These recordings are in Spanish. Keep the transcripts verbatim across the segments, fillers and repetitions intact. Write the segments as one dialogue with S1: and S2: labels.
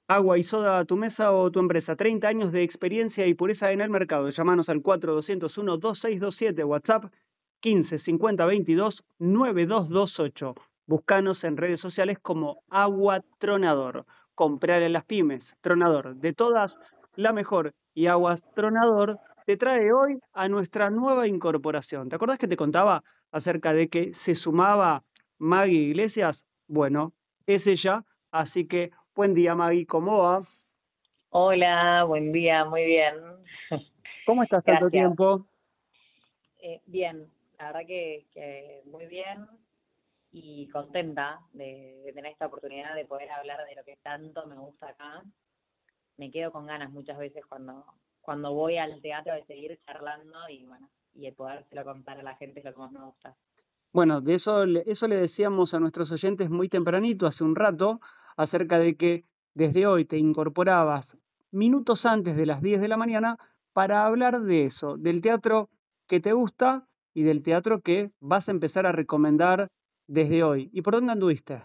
S1: Agua y soda, tu mesa o tu empresa. treinta años de experiencia y pureza en el mercado. Llámanos al cuatro dos cero uno dos seis dos siete. WhatsApp quince cincuenta veintidós noventa y dos veintiocho. Buscanos en redes sociales como Agua Tronador. Comprar en las pymes. Tronador. De todas, la mejor. Y Aguas Tronador te trae hoy a nuestra nueva incorporación. ¿Te acordás que te contaba acerca de que se sumaba Maggie Iglesias? Bueno, es ella. Así que buen día, Maggie, ¿cómo va?
S2: Hola, buen día, muy bien.
S1: ¿Cómo estás tanto
S2: Gracias.
S1: tiempo?
S2: Eh, bien, la verdad que, que muy bien y contenta de, de tener esta oportunidad de poder hablar de lo que tanto me gusta acá. Me quedo con ganas muchas veces cuando, cuando voy al teatro de seguir charlando y bueno, y de podérselo contar a la gente es lo que más me gusta.
S1: Bueno, de eso, le- eso le decíamos a nuestros oyentes muy tempranito, hace un rato, acerca de que desde hoy te incorporabas minutos antes de las diez de la mañana para hablar de eso, del teatro que te gusta y del teatro que vas a empezar a recomendar desde hoy. ¿Y por dónde anduviste?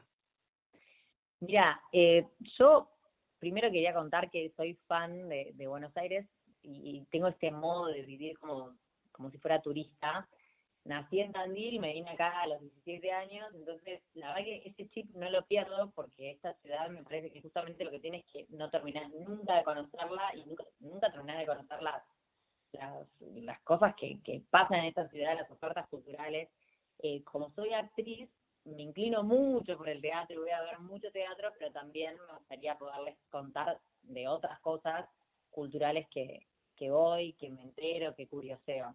S2: Mira, eh, yo primero quería contar que soy fan de, de Buenos Aires y, y tengo este modo de vivir como, como si fuera turista. Nací en Tandil, me vine acá a los diecisiete años, entonces la verdad que ese chip no lo pierdo porque esta ciudad me parece que justamente lo que tiene es que no terminás nunca de conocerla y nunca, nunca terminás de conocer las, las, las cosas que, que pasan en esta ciudad, las ofertas culturales. Eh, como soy actriz, me inclino mucho por el teatro y voy a ver mucho teatro, pero también me gustaría poderles contar de otras cosas culturales que, que voy, que me entero, que curioseo.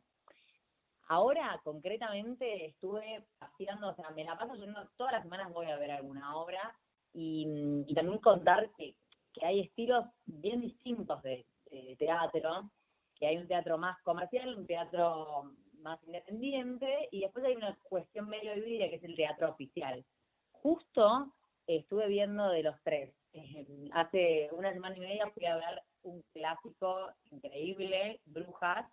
S2: Ahora, concretamente, estuve haciendo, o sea, me la paso yendo, todas las semanas voy a ver alguna obra y, y también contar que, que hay estilos bien distintos de, de teatro, que hay un teatro más comercial, un teatro más independiente y después hay una cuestión medio híbrida que es el teatro oficial. Justo eh, estuve viendo de los tres. Eh, hace una semana y media fui a ver un clásico increíble, Brujas,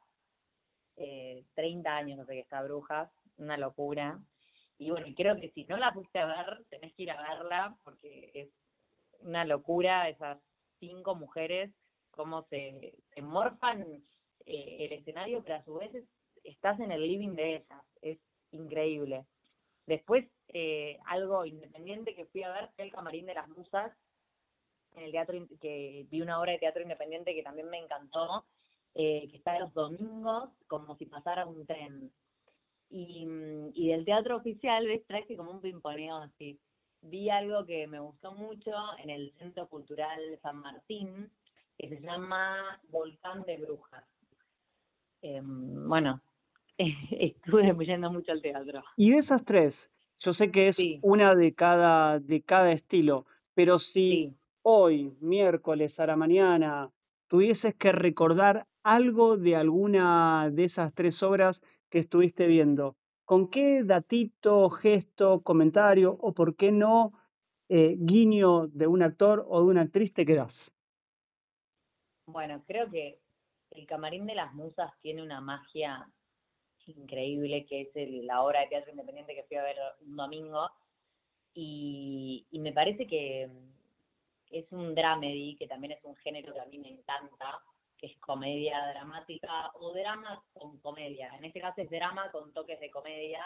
S2: eh, treinta años no sé que está Brujas, una locura. Y bueno, creo que si no la fuiste a ver, tenés que ir a verla porque es una locura esas cinco mujeres, cómo se, se morfan eh, el escenario, pero a su vez es, estás en el living de ellas, es increíble. Después, eh, algo independiente que fui a ver fue el Camarín de las Musas, en el teatro, que vi una obra de teatro independiente que también me encantó, eh, que está los domingos como si pasara un tren. Y, y del teatro oficial, ves, trae como un pimponeo así. Vi algo que me gustó mucho en el Centro Cultural San Martín, que se llama Volcán de Brujas. Eh, bueno, estuve yendo mucho al teatro.
S1: Y de esas tres, yo sé que es
S2: Sí,
S1: una de cada, de cada estilo, pero si
S2: sí.
S1: hoy, miércoles a la mañana, tuvieses que recordar algo de alguna de esas tres obras que estuviste viendo, ¿con qué datito, gesto, comentario o por qué no eh, guiño de un actor o de una actriz te quedás?
S2: Bueno, creo que el Camarín de las Musas tiene una magia increíble, que es el, la obra de teatro independiente que fui a ver un domingo, y, y me parece que es un dramedy, que también es un género que a mí me encanta, que es comedia dramática o drama con comedia. En este caso es drama con toques de comedia,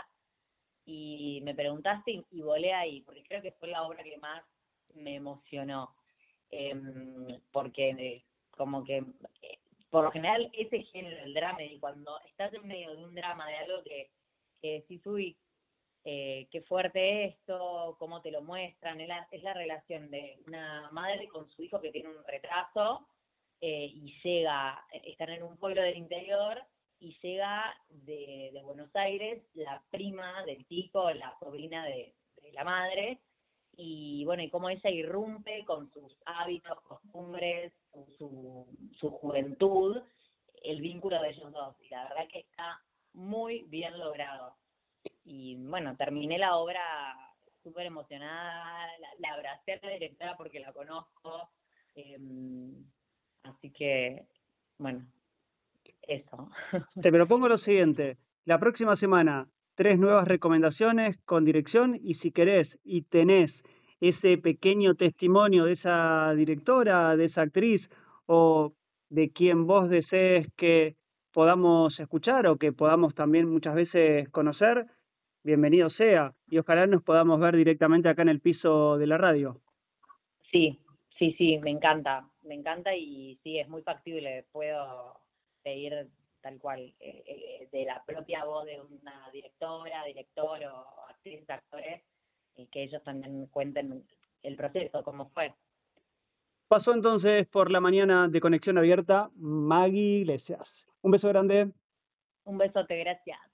S2: y me preguntaste y, y volé ahí, porque creo que fue la obra que más me emocionó, eh, porque eh, como que eh, por lo general ese género, el drama, y cuando estás en medio de un drama, de algo que, que decís, uy, eh, qué fuerte esto, cómo te lo muestran, es la, es la relación de una madre con su hijo que tiene un retraso eh, y llega, están en un pueblo del interior y llega de, de Buenos Aires la prima del tipo, la sobrina de, de la madre, y bueno, y cómo ella irrumpe con sus hábitos, costumbres, su, su, su juventud, el vínculo de ellos dos. Y la verdad que está muy bien logrado. Y bueno, terminé la obra súper emocionada, la, la abracé a la directora porque la conozco, eh, así que, bueno, eso.
S1: Te propongo lo siguiente, la próxima semana, tres nuevas recomendaciones con dirección y si querés y tenés ese pequeño testimonio de esa directora, de esa actriz o de quien vos desees que podamos escuchar o que podamos también muchas veces conocer, bienvenido sea. Y ojalá nos podamos ver directamente acá en el piso de la radio.
S2: Sí, sí, sí, me encanta, me encanta y sí, es muy factible. Puedo pedir tal cual, eh, eh, de la propia voz de una directora, director o actrices, actores, y que ellos también cuenten el proceso, cómo fue.
S1: Pasó entonces por la mañana de Conexión Abierta Maggie Iglesias. Un beso grande.
S2: Un besote, gracias.